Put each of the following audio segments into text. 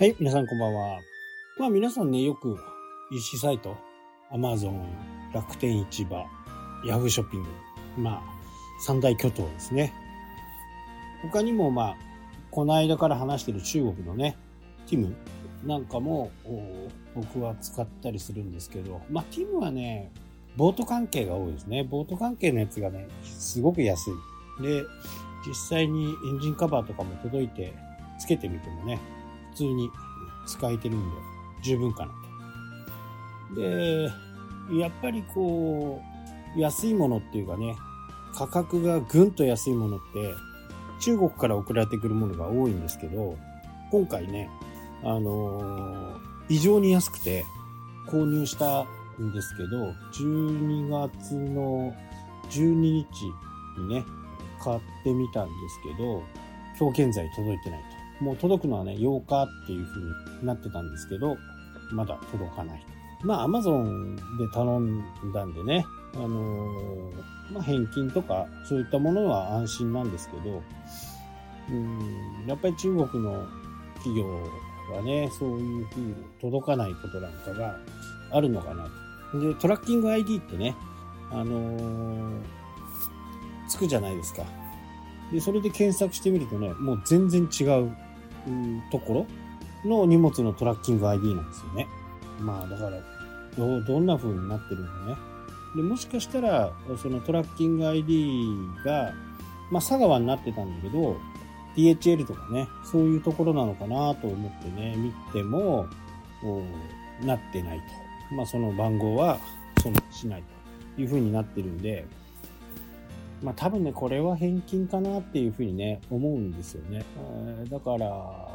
はい、皆さんこんばんは。皆さんね、よく EC サイト、Amazon、楽天市場、Yahoo ショッピング、三大巨頭ですね。他にもこの間から話している中国のね、TIM なんかも僕は使ったりするんですけど、TIM はね、ボート関係が多いですね。ボート関係のやつがね、すごく安い。で、実際にエンジンカバーとかも届いて、つけてみてもね、普通に使えてるんで十分かなと。で、やっぱり安いものっていうかね、価格がぐんと安いものって中国から送られてくるものが多いんですけど、今回ね、異常に安くて購入したんですけど、12月の12日にね、買ってみたんですけど、今日現在届いてないと。もう届くのはね、8日っていう風になってたんですけど、まだ届かない。Amazon で頼んだんでね、返金とかそういったものは安心なんですけど、やっぱり中国の企業はね、そういう風に届かないことなんかがあるのかなと。で、トラッキング ID ってね、つくじゃないですか。で、それで検索してみるとね、もう全然違うところの荷物のトラッキング ID なんですよね。だからどんな風になってるのね。で、もしかしたらそのトラッキング ID が佐川になってたんだけど DHL とかね、そういうところなのかなと思ってね見てもなってないと。その番号はしないという風になってるんで、多分ね、これは返金かなっていうふうにね、思うんですよね。だから、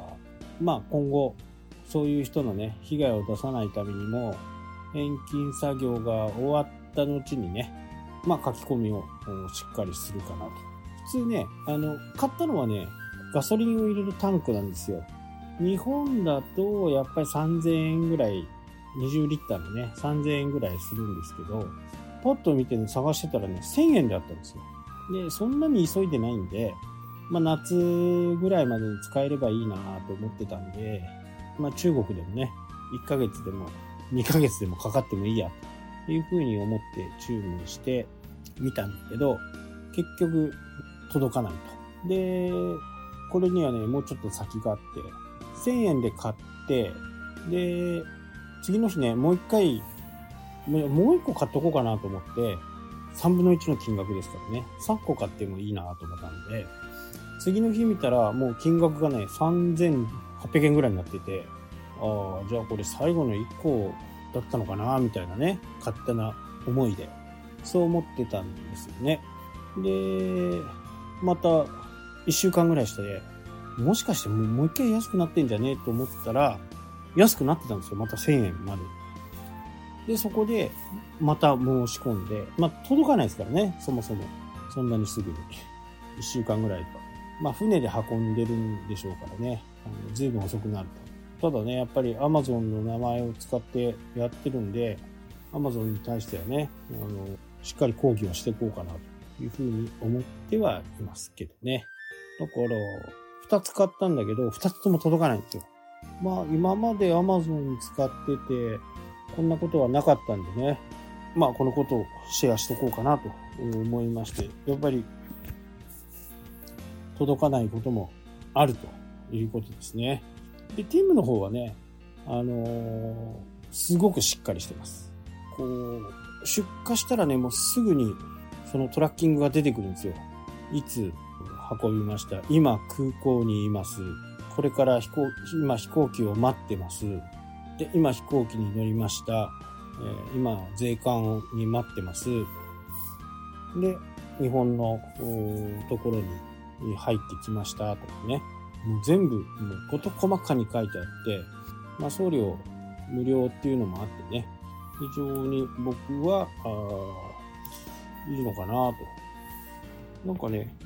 今後、そういう人のね、被害を出さないためにも、返金作業が終わった後にね、書き込みをしっかりするかなと。普通ね、買ったのはね、ガソリンを入れるタンクなんですよ。日本だと、やっぱり3000円ぐらい、20リッターのね、3000円ぐらいするんですけど、ポッと見て探してたらね、1000円であったんですよ。で、そんなに急いでないんで、夏ぐらいまでに使えればいいなと思ってたんで、中国でもね、1ヶ月でも2ヶ月でもかかってもいいやというふうに思って注文してみたんだけど、結局届かないと。で、これにはね、もうちょっと先があって、1000円で買って、で、次の日ね、もう1個買っとこうかなと思って、3分の1の金額ですからね。3個買ってもいいなと思ったんで、次の日見たらもう金額がね、3800円ぐらいになってて、じゃあこれ最後の1個だったのかなみたいなね、勝手な思いで、そう思ってたんですよね。で、また1週間ぐらいして、もしかしてもう一回安くなってんじゃねえと思ったら、安くなってたんですよ。また1000円まで。で、そこで、また申し込んで、届かないですからね、そもそも。そんなにすぐに。1週間ぐらいと。船で運んでるんでしょうからね。随分遅くなると。ただね、やっぱり Amazon の名前を使ってやってるんで、Amazon に対してはね、しっかり抗議をしていこうかなというふうに思ってはいますけどね。だから、2つ買ったんだけど、2つとも届かないんですよ。今まで Amazon に使ってて、こんなことはなかったんでね。このことをシェアしとこうかなと思いまして、やっぱり届かないこともあるということですね。で、TIM の方はね、すごくしっかりしてます。出荷したらね、もうすぐにそのトラッキングが出てくるんですよ。いつ運びました。今空港にいます。これから今飛行機を待ってます。で、今飛行機に乗りました。今税関に待ってます。で、日本のところに入ってきましたとかね。もう全部事細かに書いてあって、送料無料っていうのもあってね、非常に僕はいいのかなと。なんかね、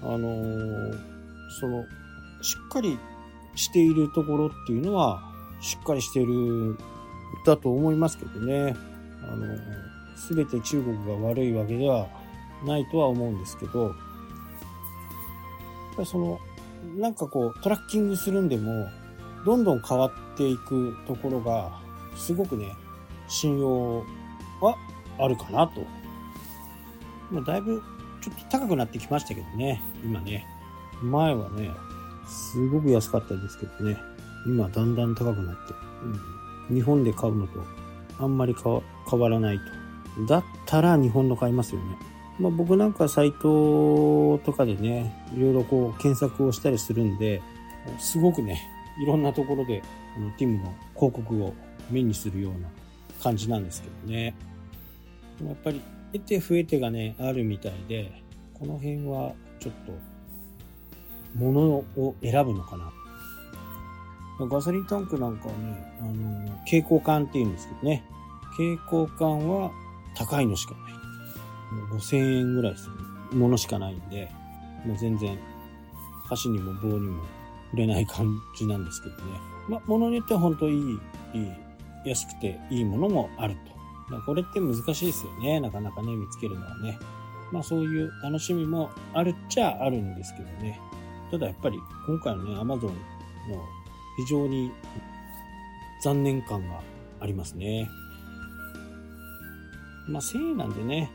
しっかりしているところっていうのはしっかりしているだと思いますけどね。すべて中国が悪いわけではないとは思うんですけど、やっぱりトラッキングするんでも、 どんどん変わっていくところが、すごくね、信用はあるかなと。だいぶちょっと高くなってきましたけどね、今ね。前はね、すごく安かったですけどね、今だんだん高くなって、日本で買うのとあんまり変わらないと。だったら日本の買いますよね。僕なんかサイトとかでね、いろいろこう検索をしたりするんで、すごくね、いろんなところでティムの広告を目にするような感じなんですけどね。やっぱり得て増えてがね、あるみたいで、この辺はちょっと物を選ぶのかな。ガソリンタンクなんかはね、携行缶っていうんですけどね、携行缶は高いのしかない。もう5000円ぐらいするものしかないんで、もう全然箸にも棒にも売れない感じなんですけどね。物によっては本当に安くていいものもあると。これって難しいですよね。なかなかね、見つけるのはね。そういう楽しみもあるっちゃあるんですけどね。ただやっぱり今回のね、Amazon の非常に残念感がありますね。1000円なんでね、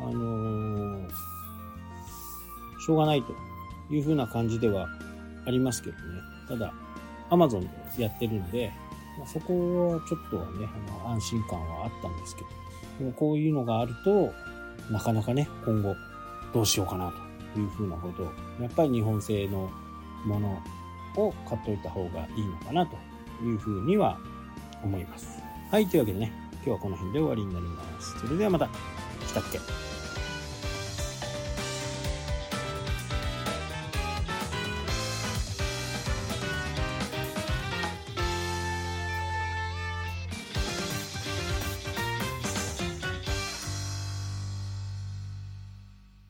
しょうがないという風な感じではありますけどね。ただ、Amazon でやってるんで、そこはちょっとはね、安心感はあったんですけど、でもこういうのがあると、なかなかね、今後どうしようかなという風なことを、やっぱり日本製のものを買っといた方がいいのかなという風には思います。はい、というわけでね、今日はこの辺で終わりになります。それではまた。したっけ。